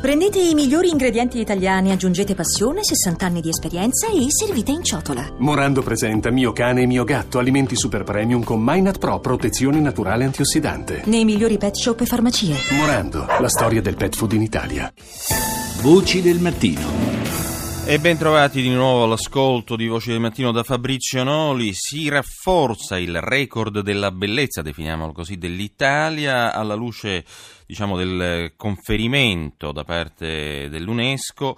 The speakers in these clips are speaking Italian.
Prendete i migliori ingredienti italiani, aggiungete passione, 60 anni di esperienza e servite in ciotola. Morando presenta Mio cane e mio gatto, alimenti super premium con Minat Pro, protezione naturale antiossidante. Nei migliori pet shop e farmacie. Morando, la storia del pet food in Italia. Voci del mattino. E ben trovati di nuovo all'ascolto di Voci del Mattino da Fabrizio Noli. Si rafforza il record della bellezza, definiamolo così, dell'Italia alla luce, del conferimento da parte dell'UNESCO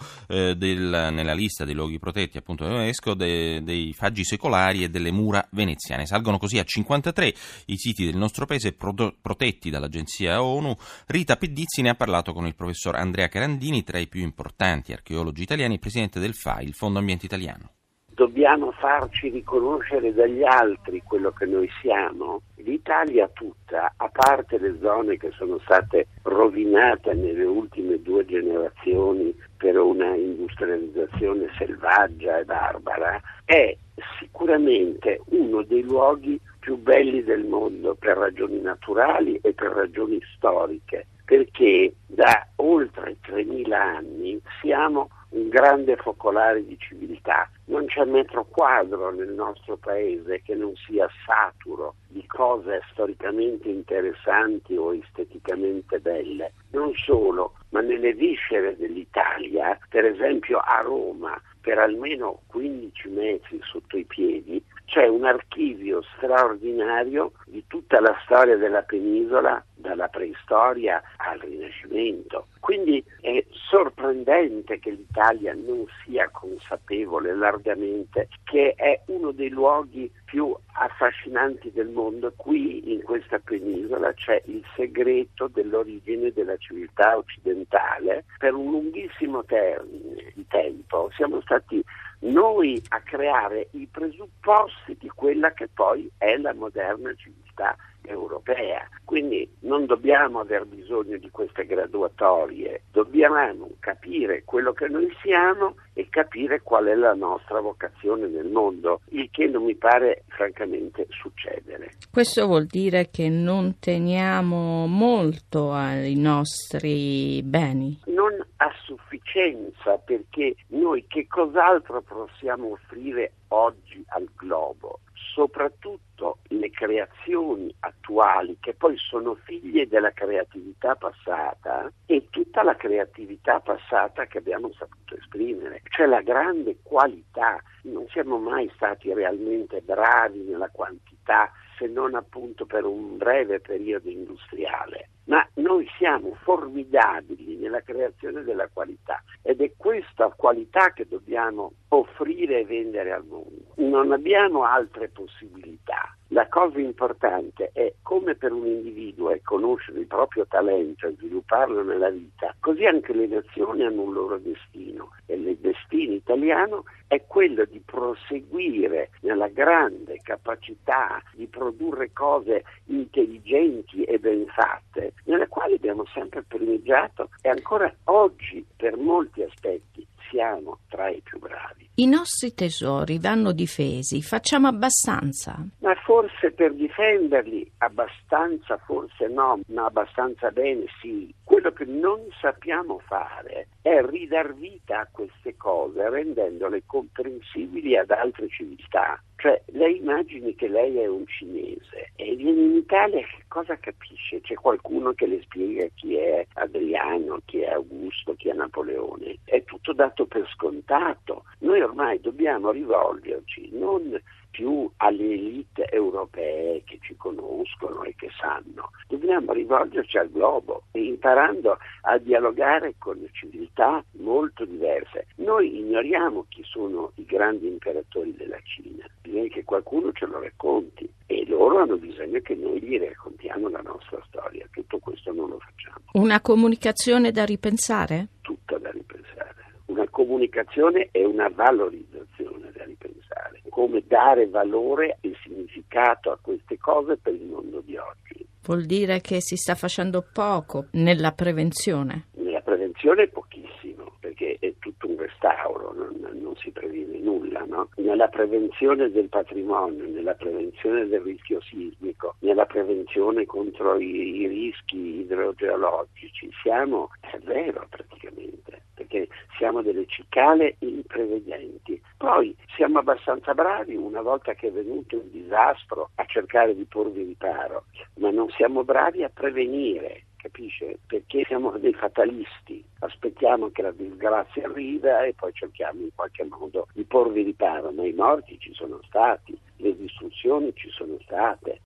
nella lista dei luoghi protetti appunto dell'UNESCO dei faggi secolari e delle mura veneziane. Salgono così a 53 i siti del nostro paese protetti dall'agenzia ONU. Rita Pedizzi ne ha parlato con il professor Andrea Carandini, tra i più importanti archeologi italiani e presidente del FAI, il Fondo Ambiente Italiano. Dobbiamo farci riconoscere dagli altri quello che noi siamo. L'Italia tutta, a parte le zone che sono state rovinate nelle ultime 2 generazioni per una industrializzazione selvaggia e barbara, è sicuramente uno dei luoghi più belli del mondo per ragioni naturali e per ragioni storiche, perché da oltre 3.000 anni siamo un grande focolare di civiltà. Non c'è metro quadro nel nostro paese che non sia saturo di cose storicamente interessanti o esteticamente belle. Non solo, ma nelle viscere dell'Italia, per esempio a Roma, per almeno 15 metri sotto i piedi, c'è un archivio straordinario di tutta la storia della penisola, dalla preistoria al Rinascimento. Quindi è sorprendente che l'Italia non sia consapevole largamente che è uno dei luoghi più affascinanti del mondo. Qui in questa penisola c'è il segreto dell'origine della civiltà occidentale. Per un lunghissimo termine di tempo siamo stati noi a creare i presupposti di quella che poi è la moderna civiltà europea. Quindi non dobbiamo aver bisogno di queste graduatorie, dobbiamo capire quello che noi siamo e capire qual è la nostra vocazione nel mondo, il che non mi pare francamente succedere. Questo vuol dire che non teniamo molto ai nostri beni? Non a sufficienza, perché noi che cos'altro possiamo offrire oggi al globo? Soprattutto le creazioni attuali, che poi sono figlie della creatività passata, e tutta la creatività passata che abbiamo saputo esprimere, cioè la grande qualità. Non siamo mai stati realmente bravi nella quantità, se non appunto per un breve periodo industriale, ma noi siamo formidabili nella creazione della qualità, ed è questa qualità che dobbiamo offrire e vendere al mondo. Non abbiamo altre possibilità. La cosa importante è, come per un individuo è conoscere il proprio talento e svilupparlo nella vita, così anche le nazioni hanno un loro destino, e il destino italiano è quello di proseguire nella grande capacità di produrre cose intelligenti e ben fatte, nelle quali abbiamo sempre primeggiato, e ancora oggi per molti aspetti siamo tra i più bravi. I nostri tesori vanno difesi, facciamo abbastanza? Ma forse per difenderli abbastanza, forse no, ma abbastanza bene sì. Quello che non sappiamo fare è ridar vita a queste cose rendendole comprensibili ad altre civiltà. Cioè, lei immagini che lei è un cinese e viene in Italia, che cosa capisce? C'è qualcuno che le spiega chi è Adriano, chi è Augusto, chi è Napoleone? È tutto dato per scontato. Noi ormai dobbiamo rivolgerci non più alle elite europee che ci conoscono e che sanno, dobbiamo rivolgerci al globo, e imparando a dialogare con civiltà molto diverse. Noi ignoriamo chi sono i grandi imperatori della Cina, bisogna che qualcuno ce lo racconti, e loro hanno bisogno che noi gli raccontiamo la nostra storia. Tutto questo non lo facciamo. Una comunicazione da ripensare? Tutta da ripensare. Una comunicazione e una valorizzazione da ripensare. Come dare valore e significato a queste cose per il mondo di oggi. Vuol dire che si sta facendo poco nella prevenzione? Nella prevenzione pochissimo, perché è tutto un restauro, non si previene nulla, no? Nella prevenzione del patrimonio, nella prevenzione del rischio sismico, nella prevenzione contro i rischi idrogeologici, siamo, è vero praticamente, siamo delle cicale imprevedenti. Poi siamo abbastanza bravi, una volta che è venuto il disastro, a cercare di porvi riparo, ma non siamo bravi a prevenire, capisce? Perché siamo dei fatalisti, aspettiamo che la disgrazia arriva e poi cerchiamo in qualche modo di porvi riparo, ma i morti ci sono stati, le distruzioni ci sono state,